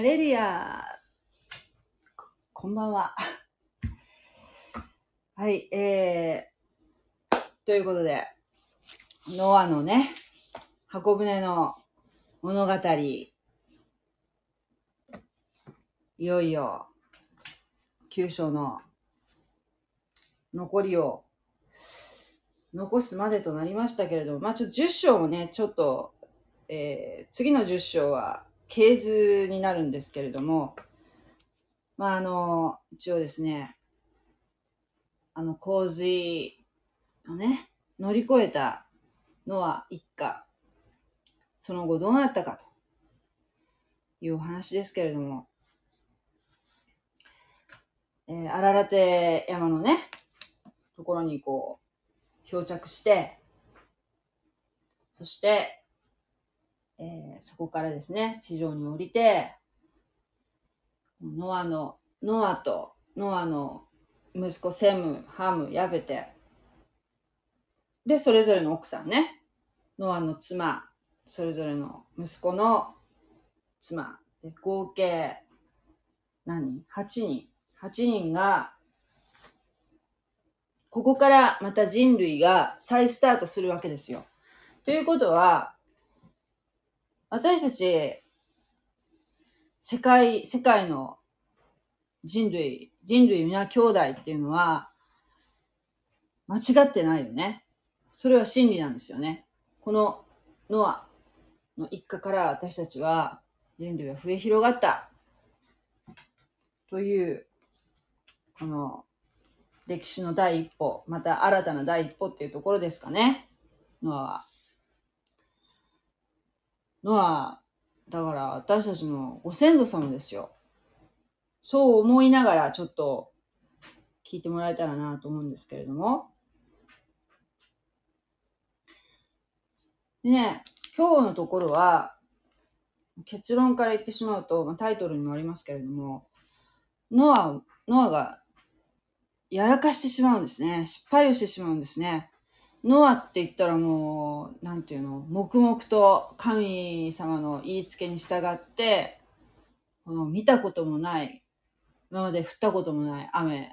レリア、こんばんは。はい、ということで、ノアのね、箱舟の物語、いよいよ、9章の残りを残すまでとなりましたけれども、まあちょっと10章もね、ちょっと、次の10章は系図になるんですけれども、まあ一応ですね、洪水をね、乗り越えたノア一家、その後どうなったかというお話ですけれども、アララテ山のね、ところにこう、漂着して、そして、そこからですね、地上に降りて、ノアとノアの息子セム、ハム、ヤベテ、で、それぞれの奥さんね、ノアの妻、それぞれの息子の妻、で合計、8人。8人が、ここからまた人類が再スタートするわけですよ。ということは、私たち、世界の人類皆兄弟っていうのは、間違ってないよね。それは真理なんですよね。このノアの一家から私たちは、人類は増え広がった。という、この歴史の第一歩、また新たな第一歩っていうところですかね。ノアは。だから私たちのご先祖様ですよ。そう思いながらちょっと聞いてもらえたらなと思うんですけれども。でね、今日のところは、結論から言ってしまうと、タイトルにもありますけれども、ノアがやらかしてしまうんですね。失敗をしてしまうんですね。ノアって言ったらもう、黙々と神様の言いつけに従って、この見たこともない、今まで降ったこともない雨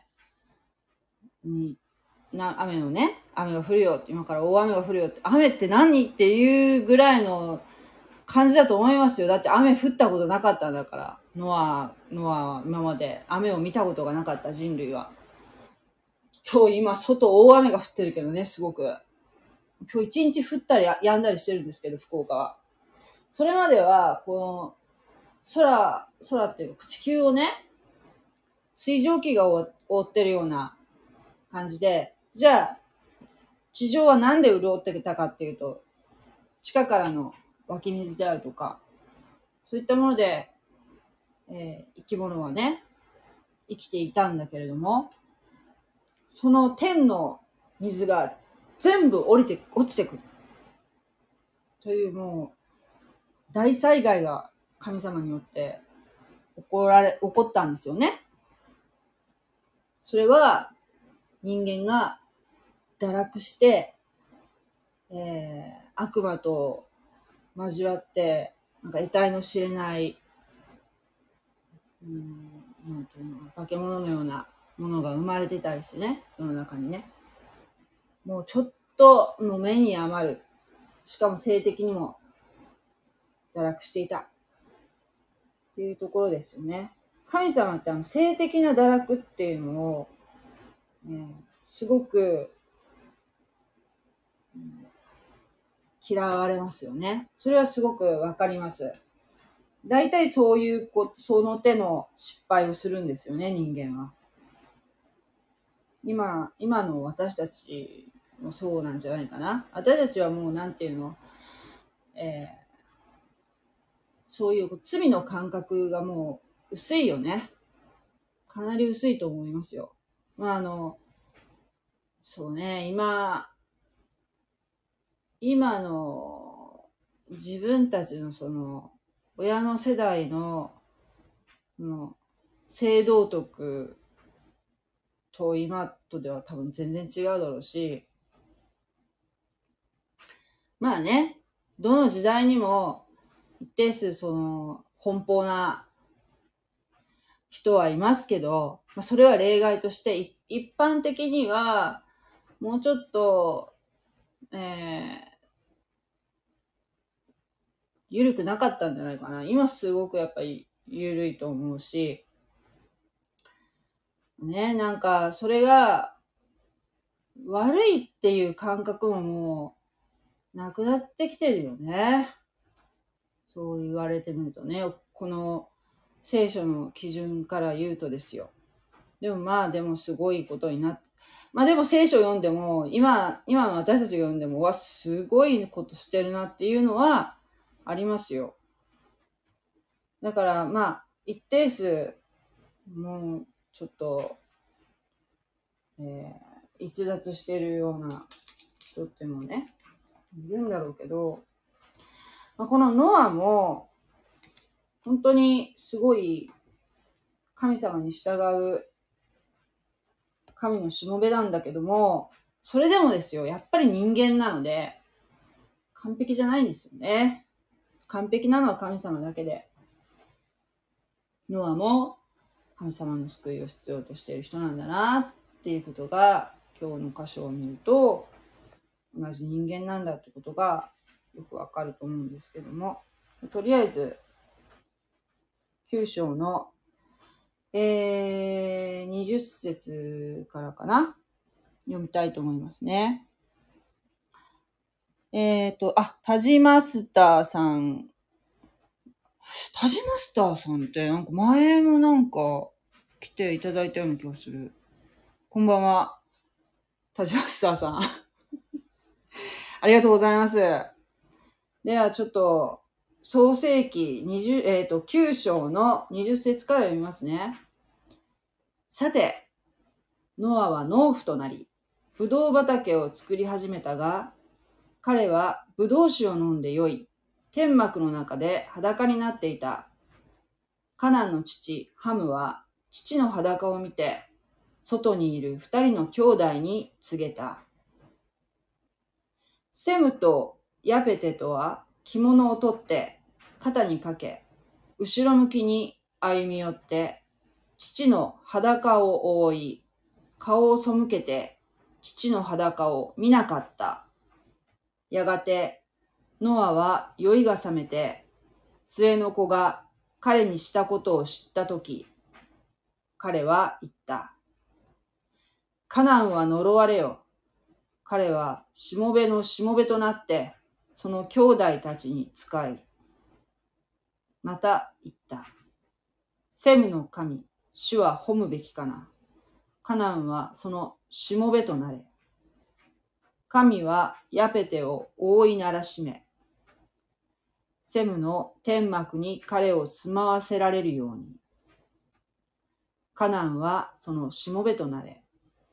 のね、雨が降るよ、今から大雨が降るよって、雨って何っていうぐらいの感じだと思いますよ。だって雨降ったことなかったんだから。ノアは今まで雨を見たことがなかった人類は。今日今外大雨が降ってるけどね、すごく。今日一日降ったり止んだりしてるんですけど、福岡は。それまでは、この空っていうか地球をね、水蒸気が覆ってるような感じで、じゃあ、地上はなんで潤ってたかっていうと、地下からの湧き水であるとか、そういったもので、生き物はね、生きていたんだけれども、その天の水が全部落ちてくる。というもう、大災害が神様によって起こったんですよね。それは人間が堕落して、悪魔と交わって、得体の知れない、なんていうの、化け物のようなものが生まれてたりしてね、世の中にね。もうちょっともう目に余る。しかも性的にも堕落していた。っていうところですよね。神様って性的な堕落っていうのを、すごく、嫌われますよね。それはすごくわかります。大体そういうその手の失敗をするんですよね、人間は。今の私たちもそうなんじゃないかな。私たちはもうなんていうの、そういう罪の感覚がもう薄いよね。かなり薄いと思いますよ。そうね、今の自分たちのその親の世代の性道徳と今とでは多分全然違うだろうし、まあね、どの時代にも一定数その奔放な人はいますけど、それは例外として、一般的には、もうちょっと、緩くなかったんじゃないかな。今すごくやっぱり緩いと思うし、ね、なんか、それが悪いっていう感覚ももうなくなってきてるよね。そう言われてみるとね、この聖書の基準から言うとですよ。でもすごいことになって、でも聖書を読んでも、今の私たちが読んでも、すごいことしてるなっていうのはありますよ。だから一定数、もうちょっと、逸脱してるような人ってもね、いるんだろうけど、このノアも、本当にすごい神様に従う神のしもべなんだけども、それでもですよ、やっぱり人間なので、完璧じゃないんですよね。完璧なのは神様だけで、ノアも神様の救いを必要としている人なんだなっていうことが、今日の箇所を見ると、同じ人間なんだってことがよくわかると思うんですけども、とりあえず、9章の、20節からかな、読みたいと思いますね。タジマスターさん。タジマスターさんってなんか前もなんか来ていただいたような気がする。こんばんは。タジマスターさん。ありがとうございます。ではちょっと、創世記9章の20節から読みますね。さて、ノアは農夫となり、ブドウ畑を作り始めたが、彼はブドウ酒を飲んで酔い、天幕の中で裸になっていた。カナンの父、ハムは、父の裸を見て、外にいる二人の兄弟に告げた。セムとヤペテとは着物を取って肩にかけ、後ろ向きに歩み寄って、父の裸を覆い、顔を背けて父の裸を見なかった。やがて、ノアは酔いが覚めて、末の子が彼にしたことを知ったとき、彼は言った。カナンは呪われよ。彼はしもべのしもべとなって、その兄弟たちに仕える。また言った。セムの神、主は褒むべきかな。カナンはそのしもべとなれ。神はヤペテを覆いならしめ、セムの天幕に彼を住まわせられるように。カナンはそのしもべとなれ。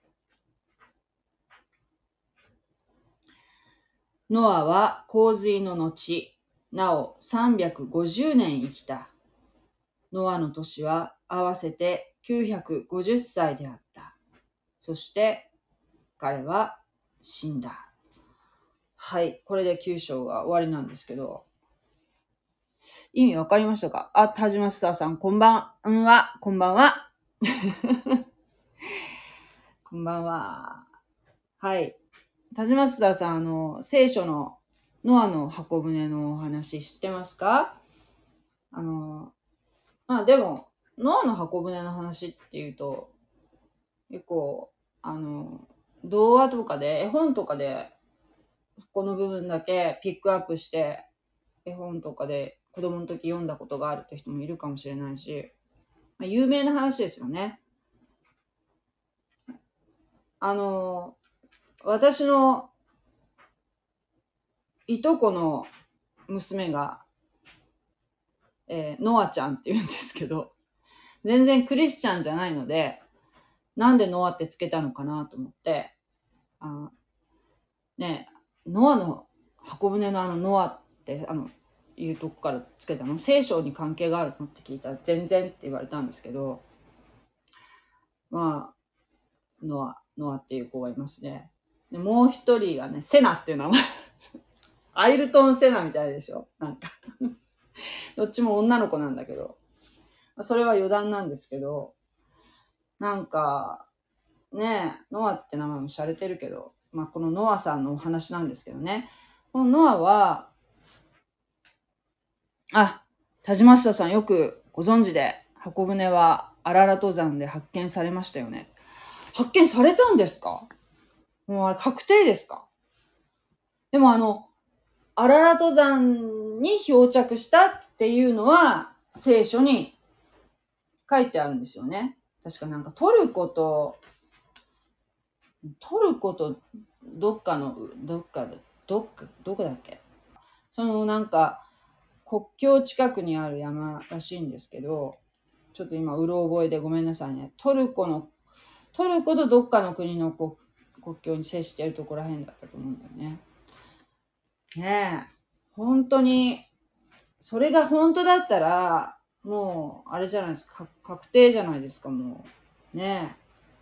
ノアは洪水の後、なお350年生きた。ノアの年は合わせて950歳であった。そして彼は死んだ。はい、これで9章が終わりなんですけど、意味わかりましたか？タジマスターさん、こんばんは。こんばんは。こんばんは。はい。タジマスターさん、聖書のノアの箱舟のお話知ってますか？でも、ノアの箱舟の話っていうと、結構、童話とかで、絵本とかで、この部分だけピックアップして、絵本とかで子供の時読んだことがあるって人もいるかもしれないし、有名な話ですよね。私のいとこの娘が、ノアちゃんって言うんですけど、全然クリスチャンじゃないので、なんでノアってつけたのかなと思って、ノアの箱舟のノアっていうとこからつけたの？聖書に関係があるのって聞いたら全然って言われたんですけど、ノアっていう子がいますね。でもう一人がね、セナっていう名前。アイルトン・セナみたいでしょ？なんか。どっちも女の子なんだけど。 それは余談なんですけど、なんか、ねえ、ノアって名前も洒落てるけど、まあこのノアさんのお話なんですけどね。このノアは、田島須田さんよくご存知で、箱舟は荒良登山で発見されましたよね。発見されたんですか？もう確定ですか？でも荒良登山に漂着したっていうのは聖書に書いてあるんですよね。確かなんかトルコとどっかだっけ？そのなんか国境近くにある山らしいんですけど、ちょっと今うろ覚えでごめんなさいね。トルコとどっかの国の国境に接しているところらへんだったと思うんだよね。ねえ。本当に、それが本当だったら、もう、あれじゃないですか。確定じゃないですか、もう。ね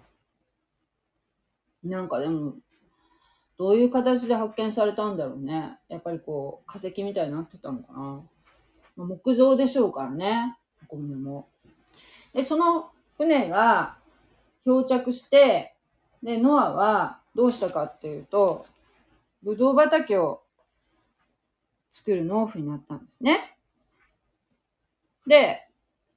え。なんかでも、どういう形で発見されたんだろうね。やっぱりこう、化石みたいになってたのかな。木造でしょうからね。ここも。で、その船が漂着して、で、ノアはどうしたかっていうと、ブドウ畑を作る農夫になったんですね。で、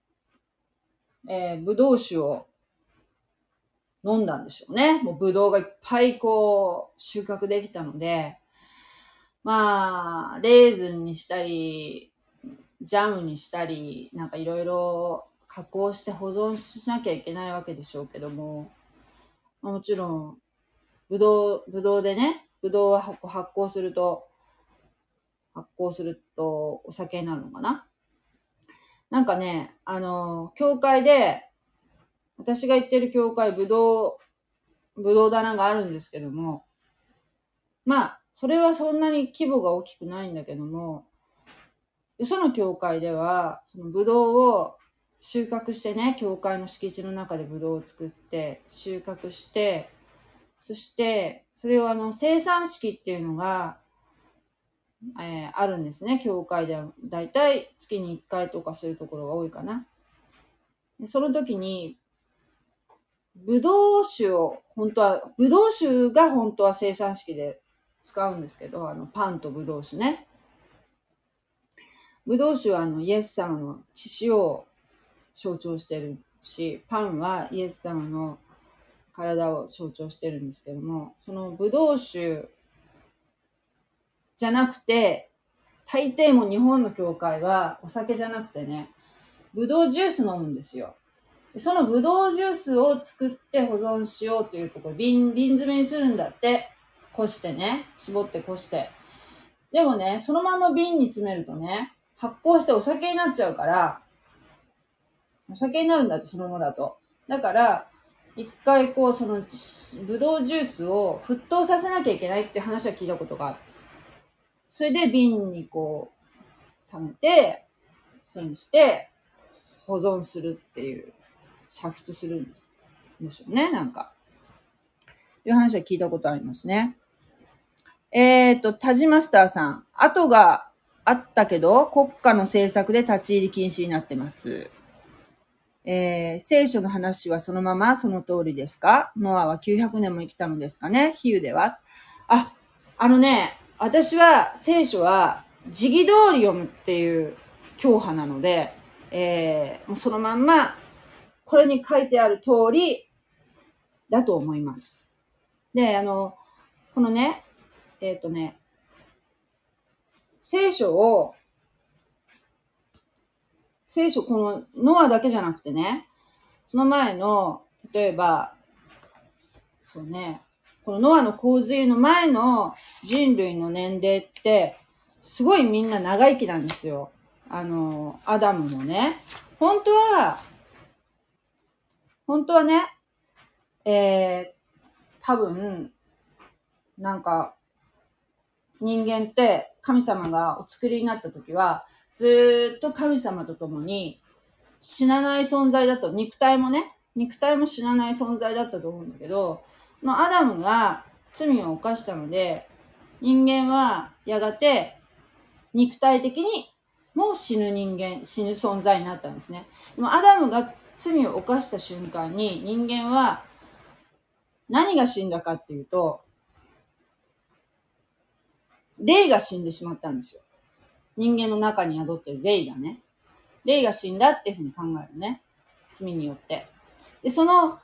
ブドウ酒を飲んだんでしょうね。もうブドウがいっぱいこう収穫できたので、まあ、レーズンにしたり、ジャムにしたり、なんかいろいろ加工して保存しなきゃいけないわけでしょうけども、もちろん、ブドウでね、ブドウを発酵するとお酒になるのかな。なんかね、教会で、私が行ってる教会、ブドウ棚があるんですけども、まあ、それはそんなに規模が大きくないんだけども、よその教会では、そのブドウを収穫してね、教会の敷地の中でブドウを作って、収穫して、そして、それを生産式っていうのが、あるんですね、教会では。だいたい月に1回とかするところが多いかな。でその時に、ブドウ酒が本当は生産式で使うんですけど、パンとブドウ酒ね。ブドウ酒はイエス様の血潮を象徴してるし、パンはイエス様の体を象徴してるんですけども、そのブドウ酒じゃなくて、大抵も日本の教会はお酒じゃなくてね、ブドウジュース飲むんですよ。そのブドウジュースを作って保存しようというところ、瓶詰めにするんだって。こしてね、絞ってこして。でもね、そのまま瓶に詰めるとね、発酵してお酒になっちゃうから、お酒になるんだって、そのままだと。だから、一回こう、その、ブドウジュースを沸騰させなきゃいけないっていう話は聞いたことがある。それで瓶にこう、溜めて、栓して、保存するっていう、煮沸するんでしょうね、なんか。いう話は聞いたことありますね。タジマスターさん。後があったけど、国家の政策で立ち入り禁止になってます。聖書の話はそのままその通りですか？ノアは900年も生きたのですかね？比喩では。私は聖書は時期通り読むっていう教派なので、もうそのまんまこれに書いてある通りだと思います。で、このね、聖書、このノアだけじゃなくてね、その前の、例えば、そうね、このノアの洪水の前の人類の年齢って、すごいみんな長生きなんですよ。アダムもね。本当はね、多分、なんか、人間って神様がお作りになった時は、ずーっと神様と共に死なない存在だと、肉体も死なない存在だったと思うんだけど、アダムが罪を犯したので、人間はやがて肉体的にもう死ぬ人間、死ぬ存在になったんですね。でもアダムが罪を犯した瞬間に人間は何が死んだかっていうと、霊が死んでしまったんですよ。人間の中に宿っている霊がね。霊が死んだっていうふうに考えるね。罪によって。で、その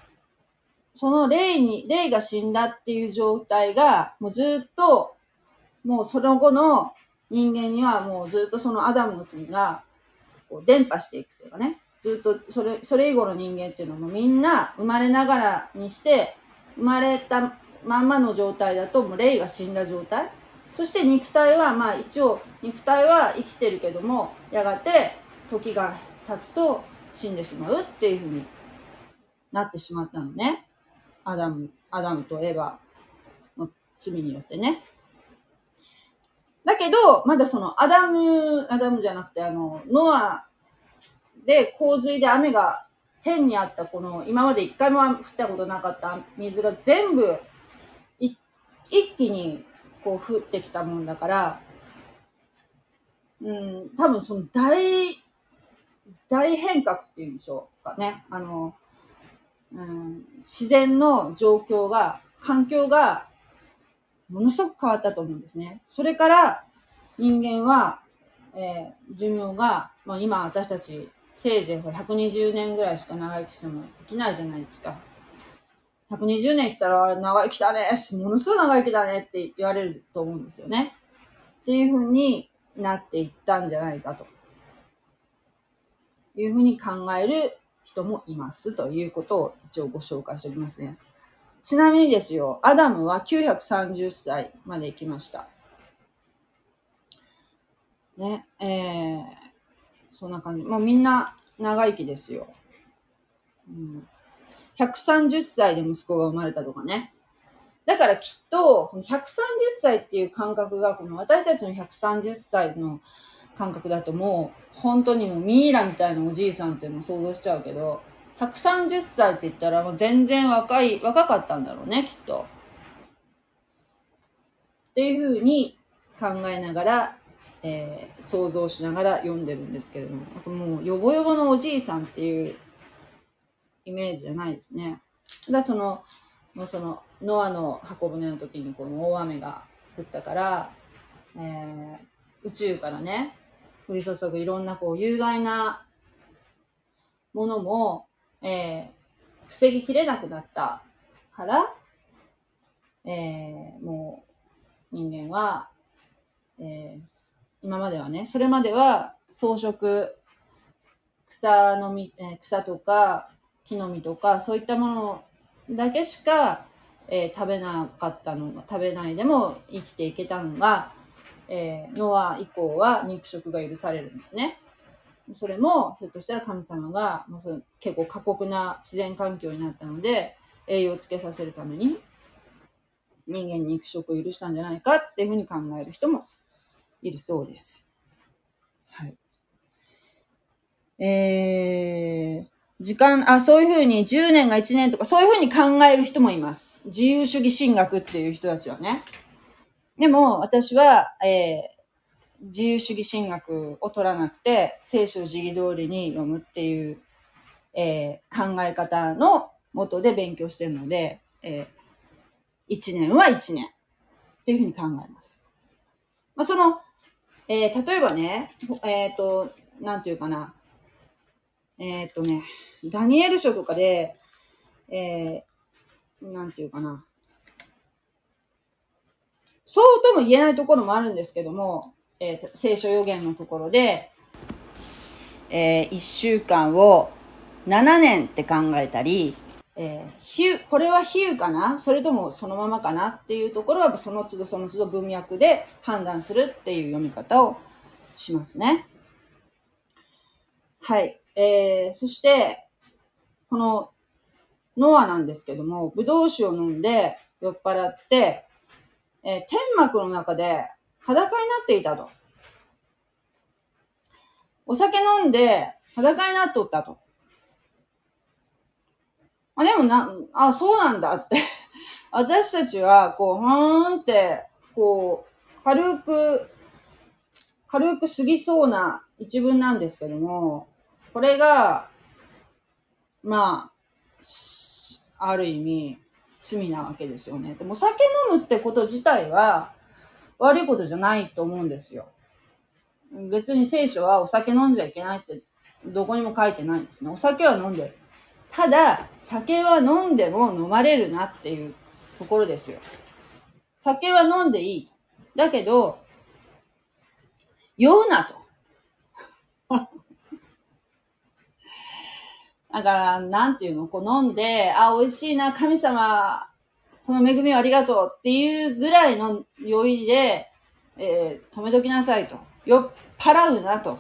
霊が死んだっていう状態が、もうずっと、もうその後の人間にはもうずっとそのアダムの罪がこう伝播していくというかね。ずっとそれ以後の人間っていうのもみんな生まれながらにして、生まれたまんまの状態だともう霊が死んだ状態。そして肉体は、まあ一応肉体は生きてるけども、やがて時が経つと死んでしまうっていう風になってしまったのね。アダムとエヴァの罪によってね。だけど、まだそのアダムじゃなくてノアで洪水で雨が天にあったこの今まで一回も降ったことなかった水が全部一気にこう降ってきたもんだから、多分その大変革っていうんでしょうかね。自然の環境がものすごく変わったと思うんですね。それから人間は、寿命が、まあ、今私たちせいぜい120年ぐらいしか長生きしても生きないじゃないですか。120年生きたら長生きだね、ものすごい長生きだねって言われると思うんですよね。っていう風になっていったんじゃないかという風に考える人もいますということを一応ご紹介しておきますね。ちなみにですよ、アダムは930歳まで生きました。ね、そんな感じ。もうみんな長生きですよ。130歳で息子が生まれたとかね。だからきっと、130歳っていう感覚が、この私たちの130歳の感覚だともう、本当にもうミイラみたいなおじいさんっていうのを想像しちゃうけど、130歳って言ったらもう全然若かったんだろうね、きっと。っていう風に考えながら、想像しながら読んでるんですけれども、もうヨボヨボのおじいさんっていうイメージじゃないですね。だからもうノアの箱舟の時にこの大雨が降ったから、宇宙からね、降り注ぐいろんなこう有害なものも、防ぎきれなくなったから、もう人間は、今まではね、それまでは草食、草とか木の実とかそういったものだけしか、食べないでも生きていけたのが、ノア以降は肉食が許されるんですね。それもひょっとしたら神様がもう結構過酷な自然環境になったので栄養をつけさせるために人間に肉食を許したんじゃないかっていうふうに考える人もいるそうです。はい。そういうふうに10年が1年とかそういうふうに考える人もいます。自由主義神学っていう人たちはね。でも私は、自由主義神学を取らなくて聖書を自義通りに読むっていう、考え方の元で勉強してるので、1年は1年っていうふうに考えます。まあ、例えばね、なんていうかな、ダニエル書とかで、なんていうかな、そうとも言えないところもあるんですけども、聖書予言のところで、1週間を7年って考えたり、これは比喩かなそれともそのままかなっていうところはその都度文脈で判断するっていう読み方をしますね。はい。そして、このノアなんですけども、ブドウ酒を飲んで酔っ払って、天幕の中で裸になっていたと。お酒飲んで裸になっとったと。でもそうなんだって。私たちは、こう、ふーんって、こう、軽く軽く過ぎそうな一文なんですけども、これが、まあ、ある意味、罪なわけですよね。でもお酒飲むってこと自体は悪いことじゃないと思うんですよ。別に聖書はお酒飲んじゃいけないってどこにも書いてないんですね。お酒は飲んでる。ただ、酒は飲んでも飲まれるなっていうところですよ。酒は飲んでいい。だけど、酔うなと。だから、なんていうの、こう飲んで、美味しいな、神様、この恵みをありがとうっていうぐらいの酔いで、止めときなさいと。酔っ払うなと。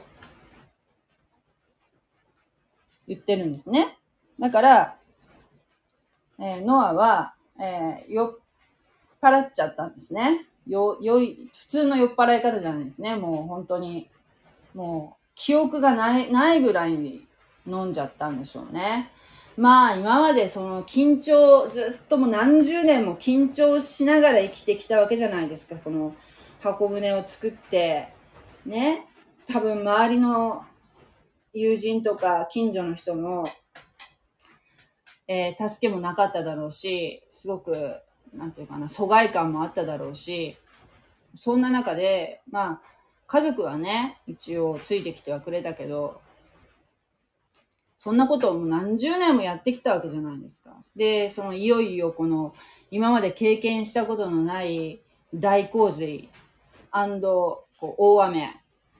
言ってるんですね。だから、ノアは、酔っ払っちゃったんですね。普通の酔っ払い方じゃないですね。もう本当に、もう記憶がないぐらいに飲んじゃったんでしょうね。まあ今までその緊張、ずっともう何十年も緊張しながら生きてきたわけじゃないですか。この箱舟を作って、ね。多分周りの友人とか近所の人の、助けもなかっただろうし、すごく、なんていうかな、疎外感もあっただろうし、そんな中で、まあ、家族はね、一応ついてきてはくれたけど、そんなことをもう何十年もやってきたわけじゃないですか。で、いよいよこの、今まで経験したことのない大洪水大雨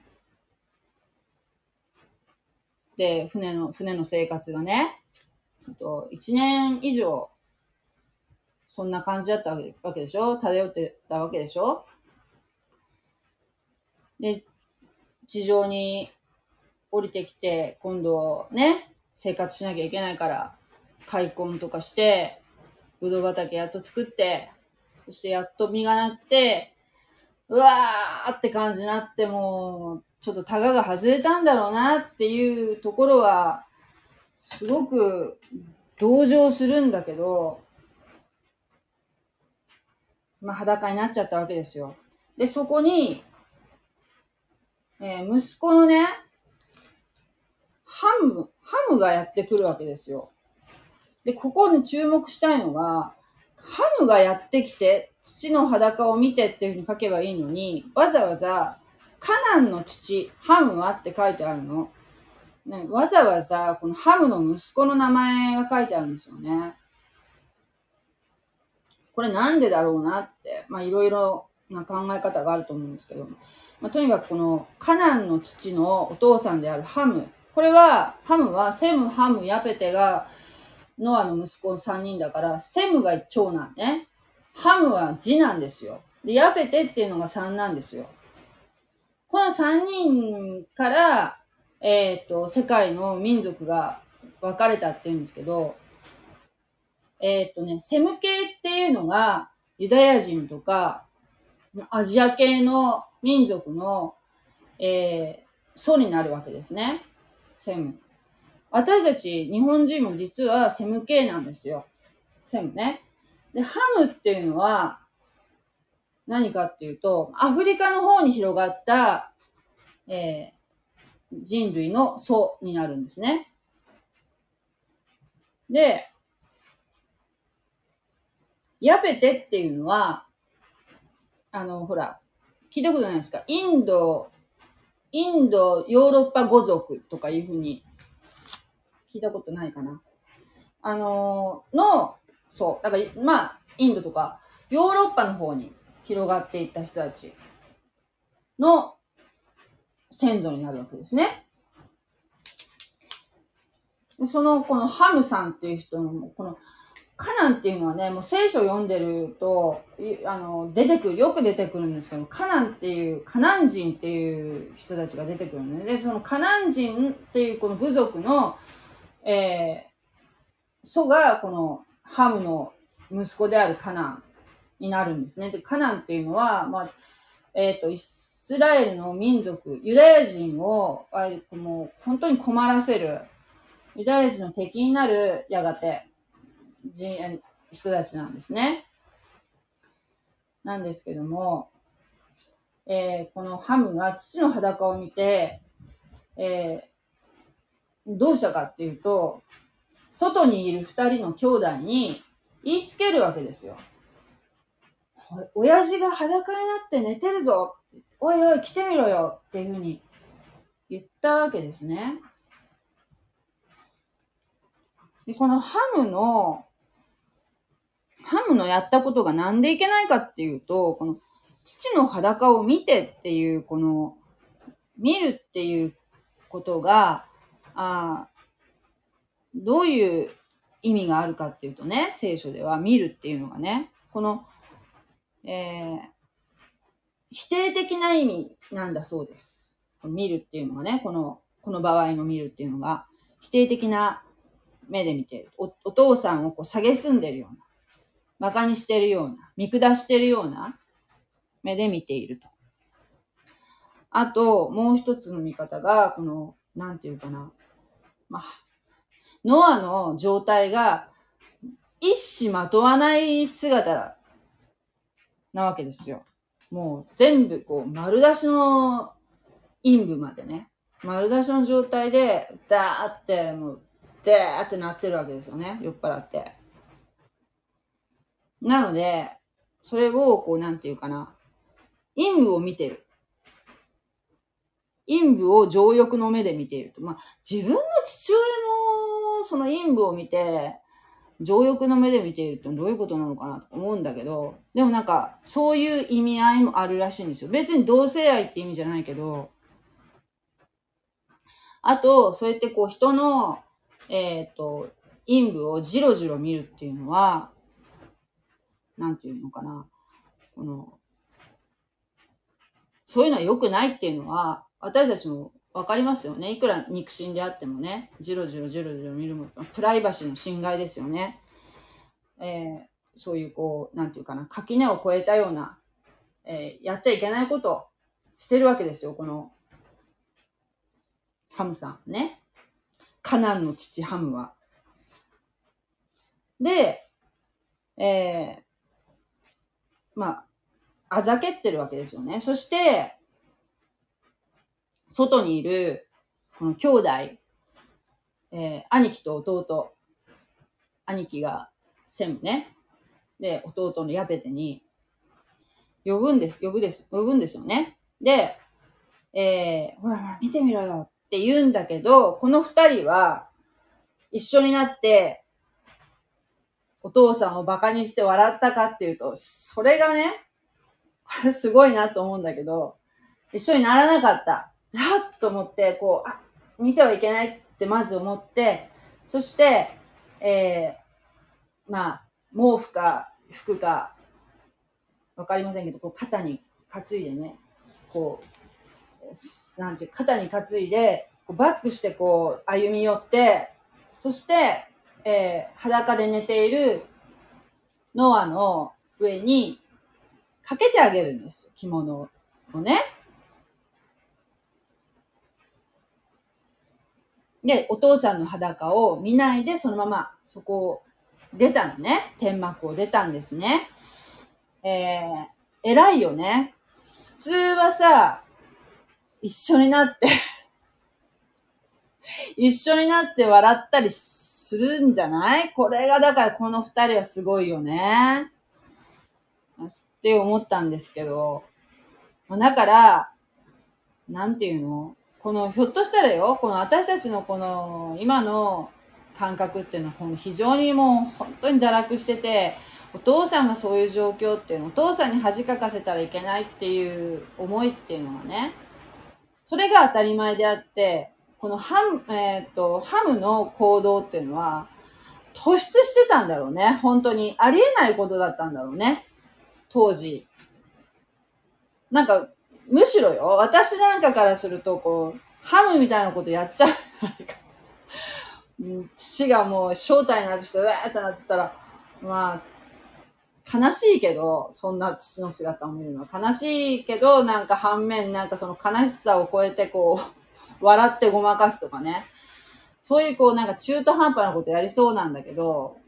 で、船の生活がね、1年以上、そんな感じだったわけでしょ？漂ってたわけでしょ？で、地上に降りてきて、今度ね、生活しなきゃいけないから、開墾とかして、ぶどう畑やっと作って、そしてやっと実がなって、うわーって感じになって、もう、ちょっとタガが外れたんだろうなっていうところは、すごく同情するんだけど、まあ裸になっちゃったわけですよ。で、そこに、息子のね、ハムがやってくるわけですよ。で、ここに注目したいのが、ハムがやってきて、父の裸を見てっていう風に書けばいいのに、わざわざ、カナンの父、ハムはって書いてあるの。ね、わざわざ、このハムの息子の名前が書いてあるんですよね。これなんでだろうなって、まあいろいろな考え方があると思うんですけど、まあ、とにかくこのカナンの父のお父さんであるハム。これは、ハムはセム、ハム、ヤペテがノアの息子3人だから、セムが長男ね。ハムは次男ですよ。で、ヤペテっていうのが3なんですよ。この3人から、世界の民族が分かれたっていうんですけど、セム系っていうのがユダヤ人とかアジア系の民族の、祖になるわけですね。セム。私たち日本人も実はセム系なんですよ。セムね。で、ハムっていうのは何かっていうと、アフリカの方に広がった、人類の祖になるんですね。で、ヤペテっていうのは、ほら、聞いたことないですか？インド、ヨーロッパ語族とかいうふうに聞いたことないかな。そう。だから、まあ、インドとか、ヨーロッパの方に広がっていった人たちの先祖になるわけですね。でこのハムさんっていう人の、この、カナンっていうのはね、もう聖書を読んでると、よく出てくるんですけど、カナン人っていう人たちが出てくるね。で、そのカナン人っていうこの部族の、祖がこのハムの息子であるカナンになるんですね。で、カナンっていうのは、まあ、イスラエルの民族、ユダヤ人を、もう本当に困らせる、ユダヤ人の敵になるやがて、人たちなんですね。なんですけども、 このハムが父の裸を見て、どうしたかっていうと、外にいる二人の兄弟に言いつけるわけですよ。親父が裸になって寝てるぞ。おいおい来てみろよっていうふうに言ったわけですね。で、このハムのやったことがなんでいけないかっていうと、この父の裸を見てっていう、この見るっていうことが、どういう意味があるかっていうとね、聖書では見るっていうのがね、この、否定的な意味なんだそうです。見るっていうのがね、この場合の見るっていうのが、否定的な目で見ている。お父さんをこう蔑んでるような、馬鹿にしてるような、見下してるような目で見ていると。あと、もう一つの見方が、この、なんていうかな。ノアの状態が、一糸まとわない姿なわけですよ。もう全部こう、丸出しの陰部までね。丸出しの状態で、ダーって、もう、ダーってなってるわけですよね。酔っ払って。なので、それを、こう、なんていうかな。陰部を見てる。陰部を情欲の目で見ていると。自分の父親のその陰部を見て、情欲の目で見ているってどういうことなのかなと思うんだけど、でもなんか、そういう意味合いもあるらしいんですよ。別に同性愛って意味じゃないけど、あと、そうやってこう人の、陰部をじろじろ見るっていうのは、なんていうのかな。そういうのは良くないっていうのは、私たちもわかりますよね。いくら肉親であってもね、じろじろ見るもの、プライバシーの侵害ですよね。そういうこう、なんていうかな、垣根を越えたような、やっちゃいけないことをしてるわけですよ、この、ハムさんね。カナンの父ハムは。で、あざけってるわけですよね。そして、外にいる、この兄弟、兄貴と弟、兄貴がセムね。で、弟のヤペテに、呼ぶんですよね。で、ほら、見てみろよって言うんだけど、この二人は、一緒になって、お父さんをバカにして笑ったかっていうと、それがね、これすごいなと思うんだけど、一緒にならなかった。はっと思って、こう、見てはいけないってまず思って、そして、毛布か服か、わかりませんけど、こう肩に担いでね、こう、なんていう、肩に担いで、こうバックしてこう、歩み寄って、そして、裸で寝ているノアの上にかけてあげるんですよ、着物をね。で、お父さんの裸を見ないでそのままそこを出たのね。天幕を出たんですね。偉いよね。普通はさ、一緒になって一緒になって笑ったりするんじゃない？これがだからこの二人はすごいよね。って思ったんですけど。だから、なんていうの？この、ひょっとしたらよ、この私たちのこの、今の感覚っていうのは非常にもう本当に堕落してて、お父さんがそういう状況っていうの、お父さんに恥かかせたらいけないっていう思いっていうのがね、それが当たり前であって、このハムの行動っていうのは、突出してたんだろうね。本当に。ありえないことだったんだろうね。当時。なんか、むしろよ、私なんかからすると、こう、ハムみたいなことやっちゃうんじゃないか。父がもう正体なくして、うわーってなってたら、悲しいけど、そんな父の姿を見るのは悲しいけど、なんか反面、なんかその悲しさを超えてこう、笑ってごまかすとかね。そういうこう、なんか中途半端なことやりそうなんだけど、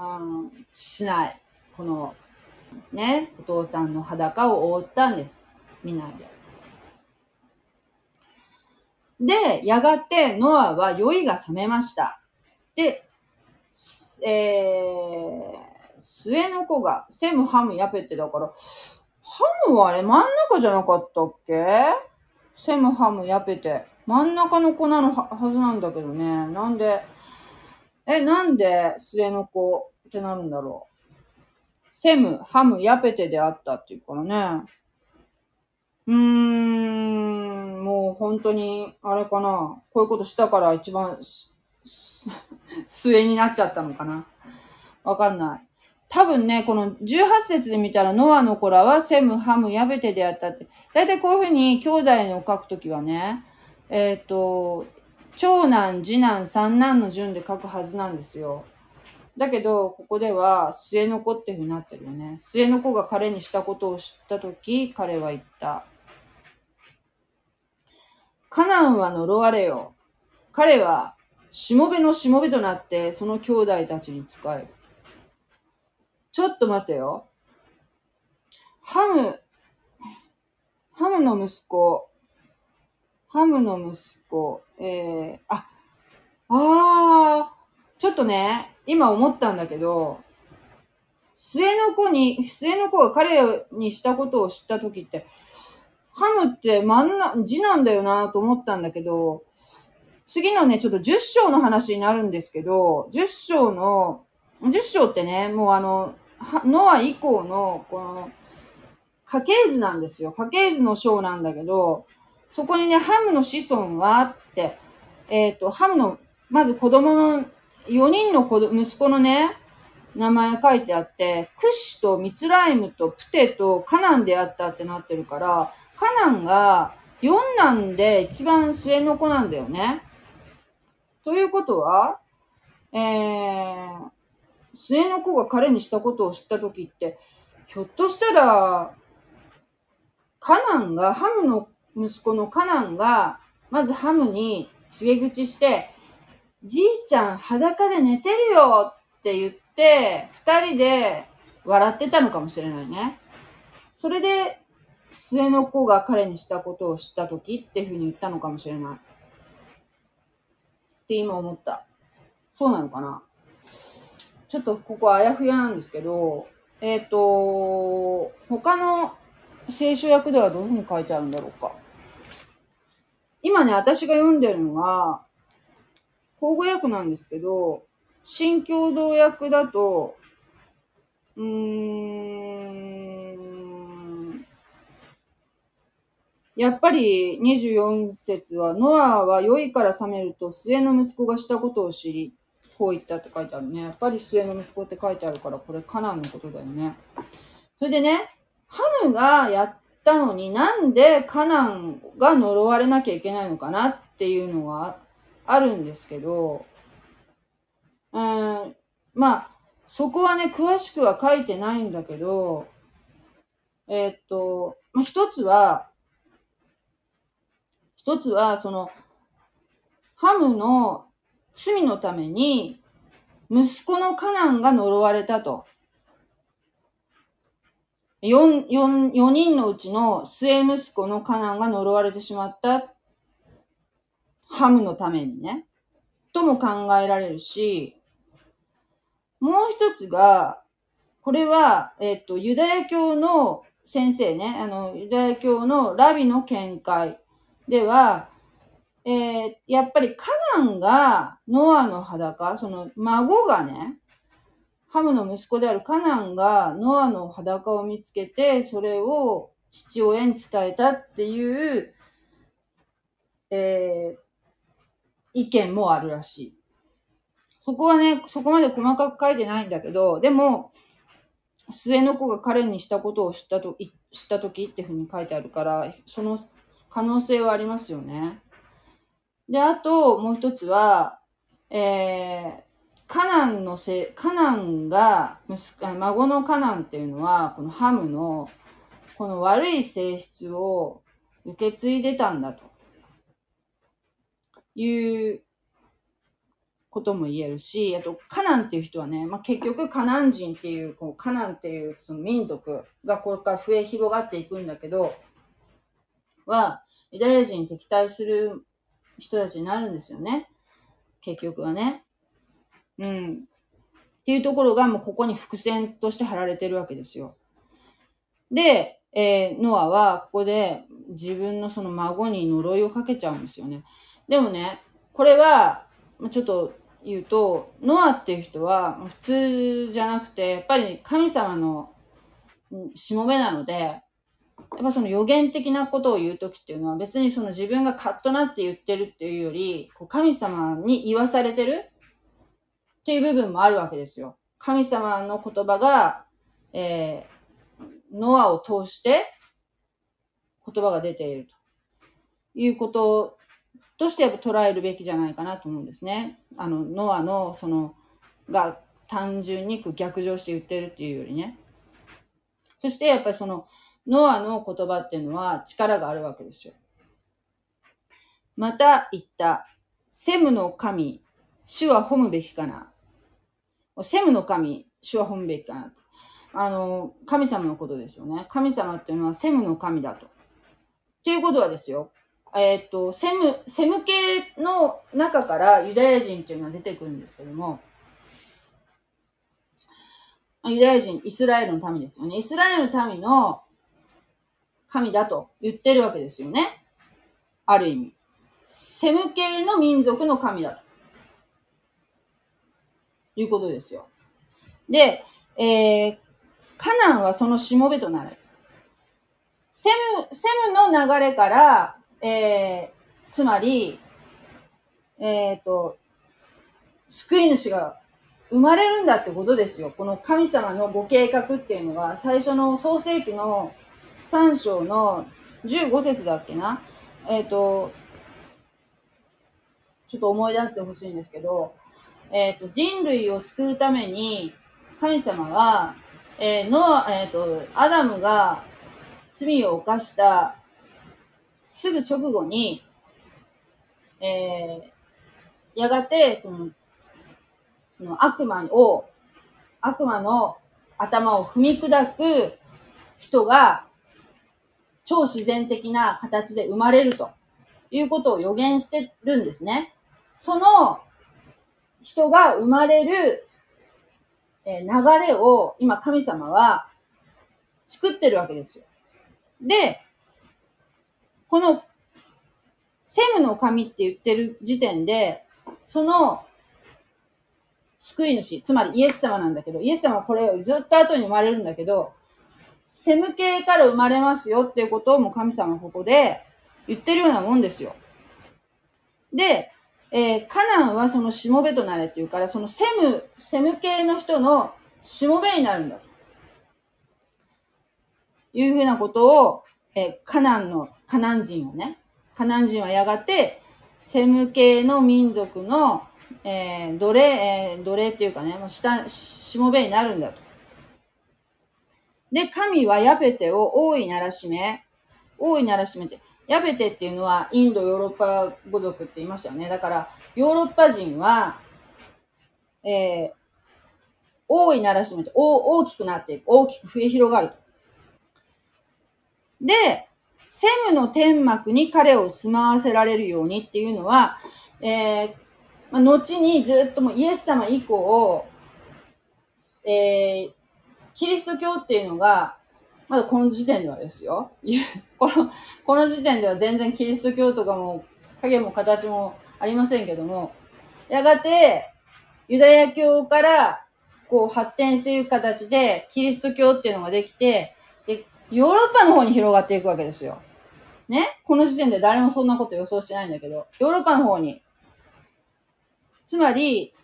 しない。この、ですね、お父さんの裸を覆ったんです。 見ないで。で、やがてノアは酔いが覚めました。で、末の子が、セム、ハム、ヤペテだから、ハムはあれ真ん中じゃなかったっけ？セム、ハム、ヤペテ。真ん中の子なの はずなんだけどね。なんで末の子ってなるんだろう。セム、ハム、ヤペテであったっていうからね。もう本当に、あれかな。こういうことしたから一番末になっちゃったのかな。わかんない。多分ね、この18節で見たら、ノアの子らはセム、ハム、ヤベテであったって。だいたいこういうふうに兄弟の書くときはね、長男、次男、三男の順で書くはずなんですよ。だけど、ここでは末の子っていうふうになってるよね。末の子が彼にしたことを知ったとき、彼は言った。カナンは呪われよ。彼はしもべのしもべとなってその兄弟たちに仕える。ちょっと待てよ。ハムの息子、ちょっとね、今思ったんだけど、末の子が彼にしたことを知ったときって、ハムって次なんだよなと思ったんだけど、次のね、ちょっと10章の話になるんですけど、10章ってね、もうノア以降の、この、家系図なんですよ。家系図の章なんだけど、そこにね、ハムの子孫はって、ハムの、まず子供の、4人の息子のね、名前書いてあって、クシとミツライムとプテとカナンであったってなってるから、カナンが4男で一番末の子なんだよね。ということは、末の子が彼にしたことを知ったときって、ひょっとしたら、ハムの息子のカナンが、まずハムに告げ口して、じいちゃん裸で寝てるよって言って、二人で笑ってたのかもしれないね。それで、末の子が彼にしたことを知ったときっていうふうに言ったのかもしれない。って今思った。そうなのかな？ちょっとここあやふやなんですけど、他の聖書訳ではどういうふうに書いてあるんだろうか。今ね、私が読んでるのは、口語訳なんですけど、新共同訳だと、やっぱり24節は、ノアは酔いから覚めると末の息子がしたことを知り、こう言ったって書いてあるね。やっぱり末の息子って書いてあるから、これカナンのことだよね。それでね、ハムがやったのになんでカナンが呪われなきゃいけないのかなっていうのがあるんですけど、まあ、そこはね、詳しくは書いてないんだけど、一つは、その、ハムの罪のために、息子のカナンが呪われたと。4人のうちの末息子のカナンが呪われてしまった。ハムのためにね。とも考えられるし、もう一つが、これは、ユダヤ教の先生ね、ユダヤ教のラビの見解では、やっぱりカナンがノアの裸、その孫がね、ハムの息子であるカナンがノアの裸を見つけて、それを父親に伝えたっていう、意見もあるらしい。そこはね、そこまで細かく書いてないんだけど、でも、末の子が彼にしたことを知ったときっていうふうに書いてあるから、その可能性はありますよね。で、あと、もう一つは、カナンが、孫のカナンっていうのは、このハムの、この悪い性質を受け継いでたんだということも言えるし、あと、カナンっていう人はね、結局カナン人っていう、カナンっていうその民族がこれから増え広がっていくんだけど、 は、ユダヤ人に敵対する人たちになるんですよね。結局はね。っていうところがもうここに伏線として貼られてるわけですよ。で、ノアはここで自分のその孫に呪いをかけちゃうんですよね。でもね、これは、ちょっと言うと、ノアっていう人は普通じゃなくて、やっぱり神様のしもべなので、やっぱその予言的なことを言うときっていうのは別にその自分がカッとなって言ってるっていうより、神様に言わされてるっていう部分もあるわけですよ。神様の言葉が、ノアを通して言葉が出ているということとしてやっぱ捉えるべきじゃないかなと思うんですね。ノアのそのが単純に逆上して言ってるっていうよりね。そしてやっぱりそのノアの言葉っていうのは力があるわけですよ。また言った。セムの神、主は褒むべきかな。セムの神、主は褒むべきかな。神様のことですよね。神様っていうのはセムの神だと。っていうことはですよ。セム系の中からユダヤ人っていうのは出てくるんですけども、ユダヤ人、イスラエルの民ですよね。イスラエルの民の神だと言ってるわけですよね。ある意味。セム系の民族の神だと。いうことですよ。で、カナンはそのしもべとなる。セムの流れから、つまり、救い主が生まれるんだってことですよ。この神様のご計画っていうのが、最初の創世記の3章の15節だっけな。ちょっと思い出してほしいんですけど、人類を救うために、神様は、アダムが罪を犯したすぐ直後に、やがて、その悪魔の頭を踏み砕く人が超自然的な形で生まれるということを予言してるんですね。その人が生まれる流れを今神様は作ってるわけですよ。で、このセムの神って言ってる時点で、その救い主、つまりイエス様なんだけど、イエス様はこれをずっと後に生まれるんだけど、セム系から生まれますよっていうことをもう神様はここで言ってるようなもんですよ。で、カナンはそのしもべとなれっていうから、そのセム系の人のしもべになるんだというふうなことを、カナン人はやがてセム系の民族の、奴隷っていうかね、もうしもべになるんだと。で、神はヤペテを大いならしめて、ヤペテっていうのはインドヨーロッパ語族って言いましたよね。だからヨーロッパ人は、大いならしめて大きくなっていく、大きく増え広がると。で、セムの天幕に彼を住まわせられるようにっていうのは、後にずっともイエス様以降、キリスト教っていうのが、まだこの時点ではですよ。この時点では全然キリスト教とかも影も形もありませんけども、やがてユダヤ教からこう発展していく形でキリスト教っていうのができて、で、ヨーロッパの方に広がっていくわけですよ。ね？この時点で誰もそんなこと予想してないんだけど、ヨーロッパの方に。つまり、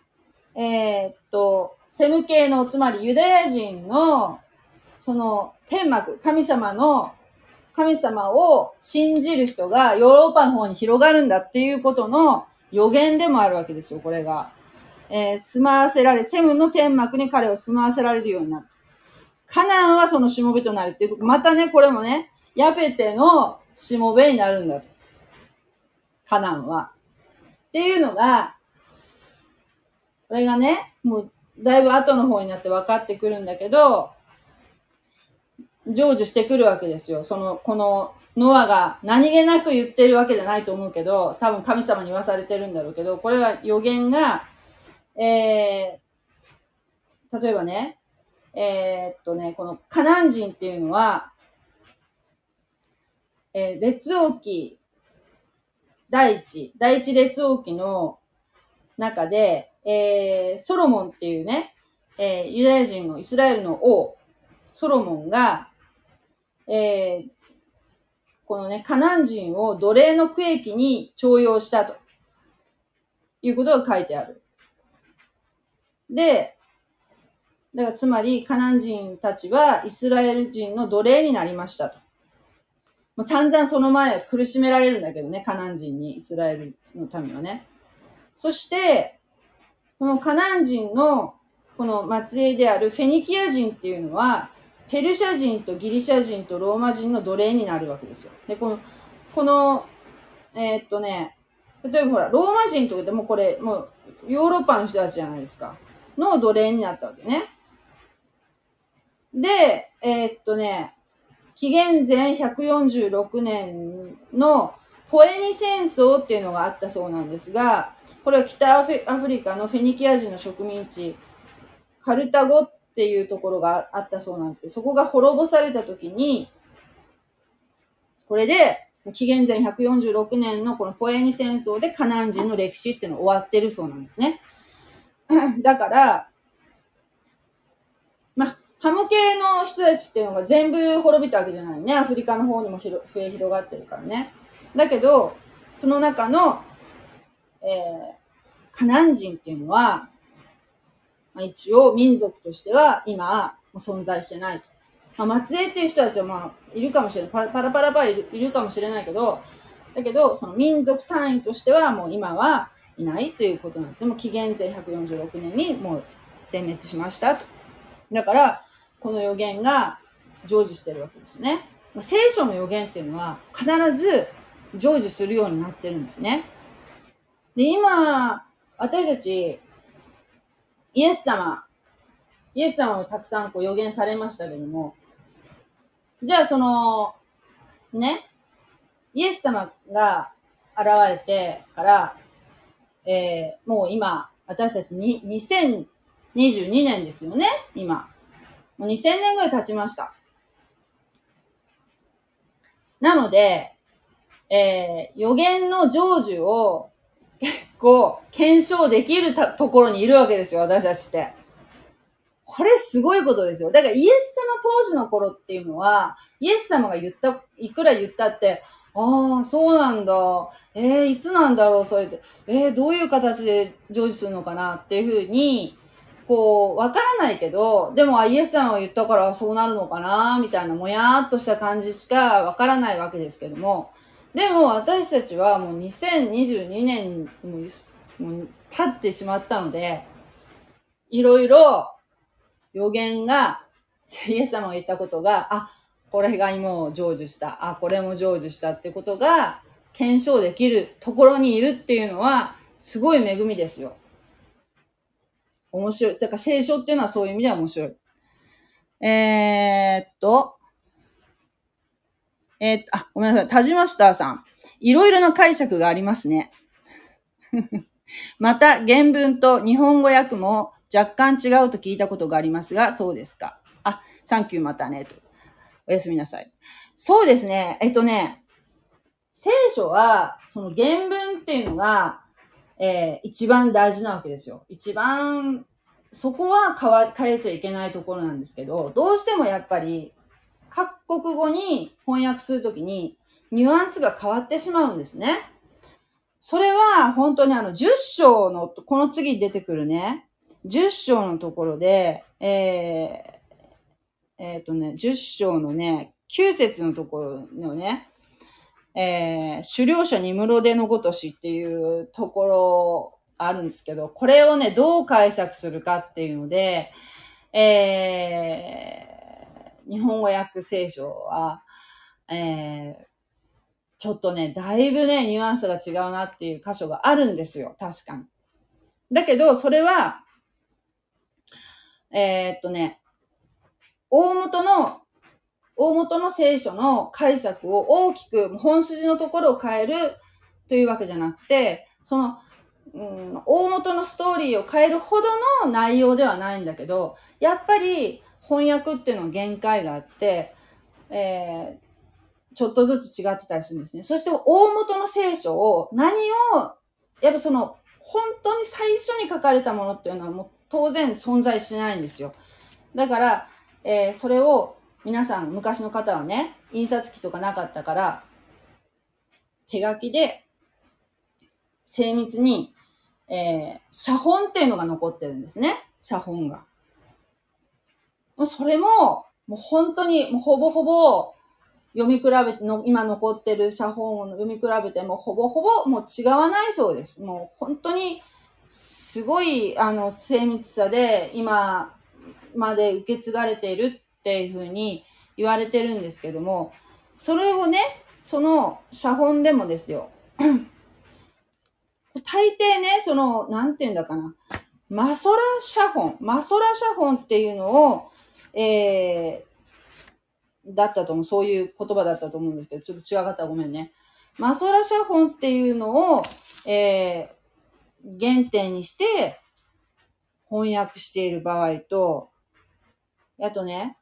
セム系の、つまりユダヤ人の、その天幕、神様を信じる人がヨーロッパの方に広がるんだっていうことの予言でもあるわけですよ、これが。住まわせられ、セムの天幕に彼を住まわせられるようになる。カナンはそのしもべとなるっていう、またね、これもね、ヤペテのしもべになるんだと。カナンは。っていうのが、これがね、もうだいぶ後の方になって分かってくるんだけど、成就してくるわけですよ。このノアが何気なく言ってるわけじゃないと思うけど、多分神様に言わされてるんだろうけど、これは予言が、例えばね、このカナン人っていうのは、列王記第一列王記の中で、ソロモンっていうね、ユダヤ人のイスラエルの王、ソロモンが、このね、カナン人を奴隷の区域に徴用したということが書いてある。で、だからつまりカナン人たちはイスラエル人の奴隷になりましたと。もう散々その前は苦しめられるんだけどね、カナン人にイスラエルの民はね。そして、このカナン人のこの末裔であるフェニキア人っていうのは、ペルシャ人とギリシャ人とローマ人の奴隷になるわけですよ。で、この、例えばほら、ローマ人とかでもこれ、もうヨーロッパの人たちじゃないですか。の奴隷になったわけね。で、紀元前146年のポエニ戦争っていうのがあったそうなんですが、これは北アフリカのフェニキア人の植民地、カルタゴっていうところがあったそうなんですけど、そこが滅ぼされた時に、これで、紀元前146年のこのポエニ戦争でカナン人の歴史っていうのが終わってるそうなんですね。だから、ハム系の人たちっていうのが全部滅びたわけじゃないね。アフリカの方にも増え広がってるからね。だけど、その中の、カナン人っていうのは、一応民族としては今存在してないと。末裔っていう人たちはいるかもしれない。パラパラいるかもしれないけど、だけど、その民族単位としてはもう今はいないということなんですね。もう紀元前146年にもう全滅しましたと。だから、この予言が成就してるわけですよね。聖書の予言っていうのは必ず成就するようになってるんですね。で、今、私たち、イエス様をたくさん予言されましたけども、じゃあイエス様が現れてから、もう今、私たちに2022年ですよね、今。もう2000年ぐらい経ちました。なので、予言の成就を結構検証できるところにいるわけですよ、私たちって。これすごいことですよ。だからイエス様当時の頃っていうのは、イエス様がいくら言ったって、ああ、そうなんだ。いつなんだろう、それって。どういう形で成就するのかなっていうふうに、わからないけど、でも、イエス様が言ったからそうなるのかなみたいな、もやーっとした感じしかわからないわけですけども、でも私たちはもう2022年もう経ってしまったので、いろいろ予言が、イエス様が言ったことが、これが今も成就した、これも成就したってことが検証できるところにいるっていうのは、すごい恵みですよ。面白い。だから聖書っていうのはそういう意味では面白い。ごめんなさい。田島スターさん。いろいろな解釈がありますね。また、原文と日本語訳も若干違うと聞いたことがありますが、そうですか。サンキューまたね。と。おやすみなさい。そうですね。聖書は、その原文っていうのが、一番大事なわけですよ。一番、そこは変えちゃいけないところなんですけど、どうしてもやっぱり、各国語に翻訳するときに、ニュアンスが変わってしまうんですね。それは、本当に10章の、この次出てくるね、10章のところで、10章のね、9節のところのね、狩猟者に室でのごとしっていうところあるんですけど、これをね、どう解釈するかっていうので、日本語訳聖書は、ちょっとね、だいぶね、ニュアンスが違うなっていう箇所があるんですよ。確かに。だけど、それは、大元大元の聖書の解釈を大きく本筋のところを変えるというわけじゃなくて、その、大元のストーリーを変えるほどの内容ではないんだけど、やっぱり翻訳っていうのは限界があって、ちょっとずつ違ってたりするんですね。そして大元の聖書をやっぱその本当に最初に書かれたものっていうのはもう当然存在しないんですよ。だから、それを皆さん昔の方はね、印刷機とかなかったから手書きで精密に、写本っていうのが残ってるんですね。写本が。それもう本当にもうほぼほぼ読み比べての、今残ってる写本を読み比べてもほぼほぼもう違わないそうです。もう本当にすごい精密さで今まで受け継がれているっていうふうに言われてるんですけども、それをね、その写本でもですよ。大抵ね、なんていうんだかな。マソラ写本っていうのを、だったと思う。そういう言葉だったと思うんですけど、ちょっと違かったらごめんね。マソラ写本っていうのを、原点にして翻訳している場合と、あとね、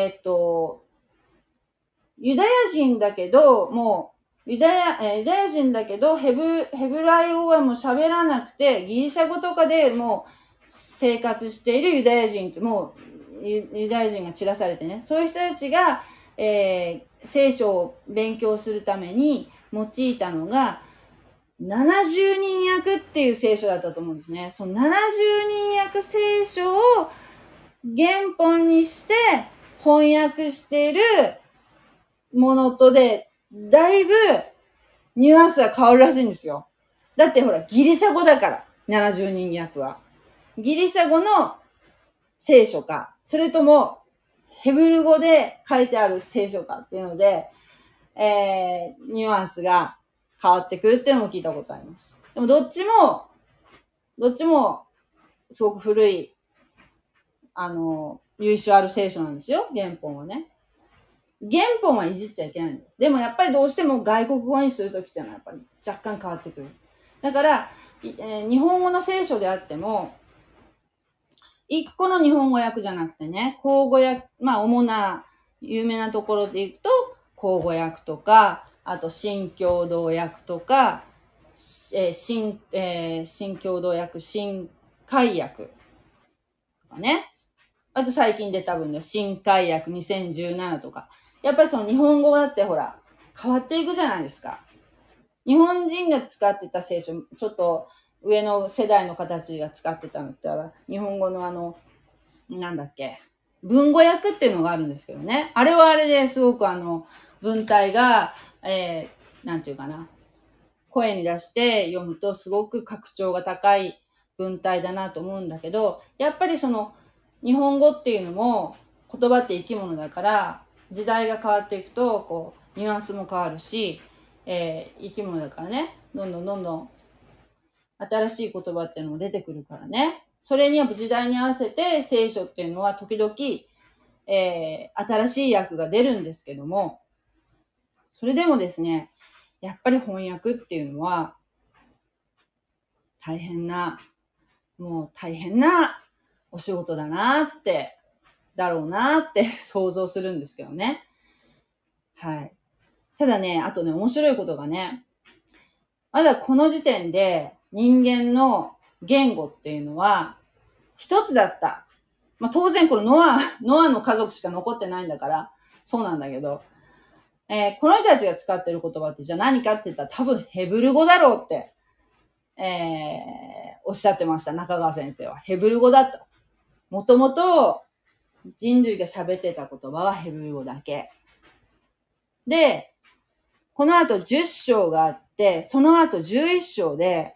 ユダヤ人だけど、もう、ユダヤ人だけど、ヘブライ語はもう喋らなくて、ギリシャ語とかでもう生活しているユダヤ人って、もうユダヤ人が散らされてね、そういう人たちが、聖書を勉強するために用いたのが、70人訳っていう聖書だったと思うんですね。その70人訳聖書を原本にして翻訳しているものとで、だいぶニュアンスが変わるらしいんですよ。だってほら、ギリシャ語だから、70人訳は。ギリシャ語の聖書か、それともヘブル語で書いてある聖書かっていうので、ニュアンスが変わってくるっていうのも聞いたことあります。でもどっちも、すごく古い、由緒ある聖書なんですよ、原本はね。原本はいじっちゃいけないんだよ。でもやっぱりどうしても外国語にするときっていうのはやっぱり若干変わってくる。だから、日本語の聖書であっても、一個の日本語訳じゃなくてね、口語訳、主な有名なところで言うと、口語訳とか、あと新共同訳とか、新共同訳、新改訳とかね。あと最近出た分で新改訳2017とか。やっぱりその日本語だってほら、変わっていくじゃないですか。日本人が使ってた聖書、ちょっと上の世代の方たちが使ってたのって日本語のなんだっけ、文語訳っていうのがあるんですけどね。あれはあれですごく文体が、なんていうかな、声に出して読むとすごく格調が高い文体だなと思うんだけど、やっぱり日本語っていうのも言葉って生き物だから、時代が変わっていくと、こう、ニュアンスも変わるし、生き物だからね、どんどん新しい言葉っていうのも出てくるからね。それにやっぱ時代に合わせて聖書っていうのは時々、新しい訳が出るんですけども、それでもですね、やっぱり翻訳っていうのは、もう大変なお仕事だろうなって想像するんですけどね。はい。ただね、あとね、面白いことがね、まだこの時点で人間の言語っていうのは一つだった。当然このノアの家族しか残ってないんだから、そうなんだけど、この人たちが使ってる言葉ってじゃあ何かって言ったら多分ヘブル語だろうって、おっしゃってました、中川先生は。ヘブル語だった。もともと人類が喋ってた言葉はヘブル語だけ。で、この後10章があって、その後11章で、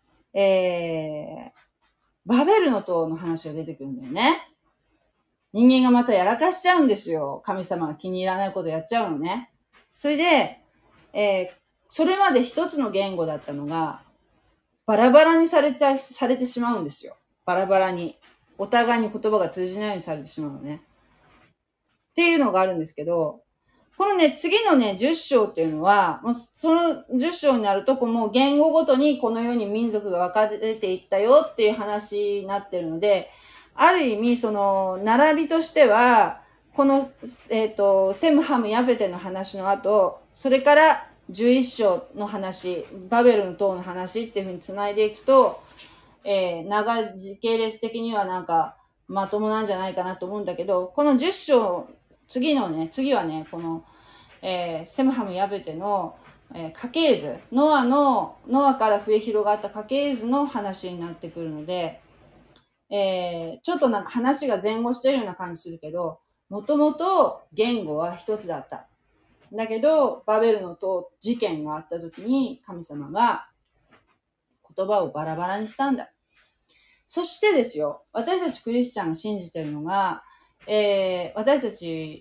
バベルの塔の話が出てくるんだよね。人間がまたやらかしちゃうんですよ。神様が気に入らないことやっちゃうのね。それで、それまで一つの言語だったのが、バラバラにされてしまうんですよ。バラバラに。お互いに言葉が通じないようにされてしまうのね。っていうのがあるんですけど、 このね、次のね、10章っていうのは、もうその10章になると、もう言語ごとにこのように民族が分かれていったよっていう話になってるので、ある意味、その、並びとしては、この、セムハム・ヤフェテの話の後、それから11章の話、バベルの塔の話っていうふうに繋いでいくと、時系列的にはなんか、まともなんじゃないかなと思うんだけど、この10章、次はね、この、セムハム・ヤベテの、家系図、ノアから増え広がった家系図の話になってくるので、ちょっとなんか話が前後してるような感じするけど、もともと言語は一つだった。だけど、バベルの塔事件があった時に神様が言葉をバラバラにしたんだ。そしてですよ、私たちクリスチャンが信じてるのが、私たち、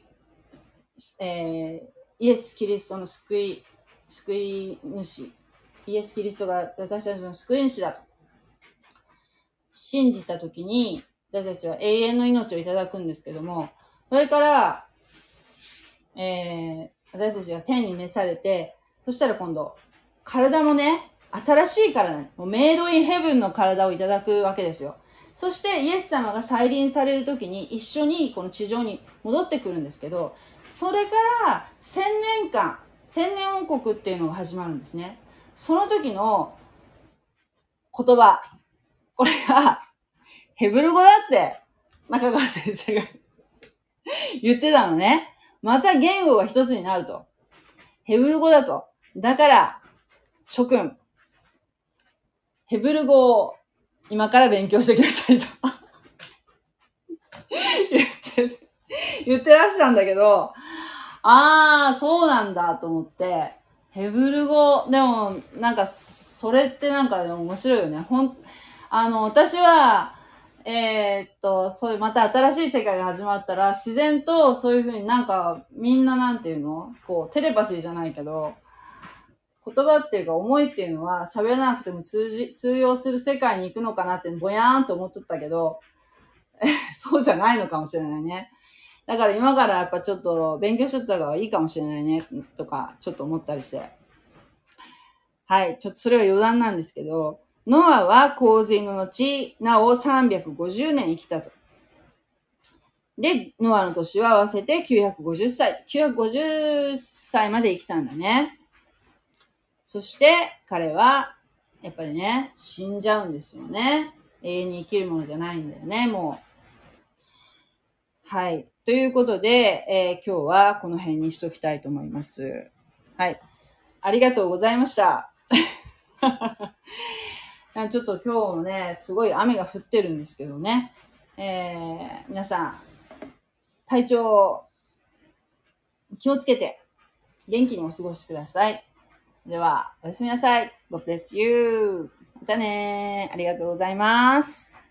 イエス・キリストの救い主、イエス・キリストが私たちの救い主だと信じたときに、私たちは永遠の命をいただくんですけども、それから、私たちが天に召されて、そしたら今度、体もね、新しい体、もうメイドインヘブンの体をいただくわけですよ。そしてイエス様が再臨されるときに一緒にこの地上に戻ってくるんですけど、それから1000年王国っていうのが始まるんですね。その時の言葉、これがヘブル語だって中川先生が言ってたのね。また言語が一つになると。ヘブル語だと。だから、諸君、ヘブル語を今から勉強してくださいと言ってらしたんだけど、そうなんだと思って、ヘブル語、でも、なんか、それってなんか面白いよね。私は、そういうまた新しい世界が始まったら、自然とそういう風になんか、みんななんていうのこう、テレパシーじゃないけど、言葉っていうか思いっていうのは喋らなくても通用する世界に行くのかなってぼやーんと思っとったけど、そうじゃないのかもしれないね。だから今からやっぱちょっと勉強しとった方がいいかもしれないね、とか、ちょっと思ったりして。はい、ちょっとそれは余談なんですけど、ノアは洪水の後、なお350年生きたと。で、ノアの年は合わせて950歳。950歳まで生きたんだね。そして、彼は、やっぱりね、死んじゃうんですよね。永遠に生きるものじゃないんだよね、もう。はい。ということで、今日はこの辺にしときたいと思います。はい。ありがとうございました。ちょっと今日もね、すごい雨が降ってるんですけどね。皆さん、体調気をつけて元気にお過ごしください。では、おやすみなさい。God bless you. またね。ありがとうございます。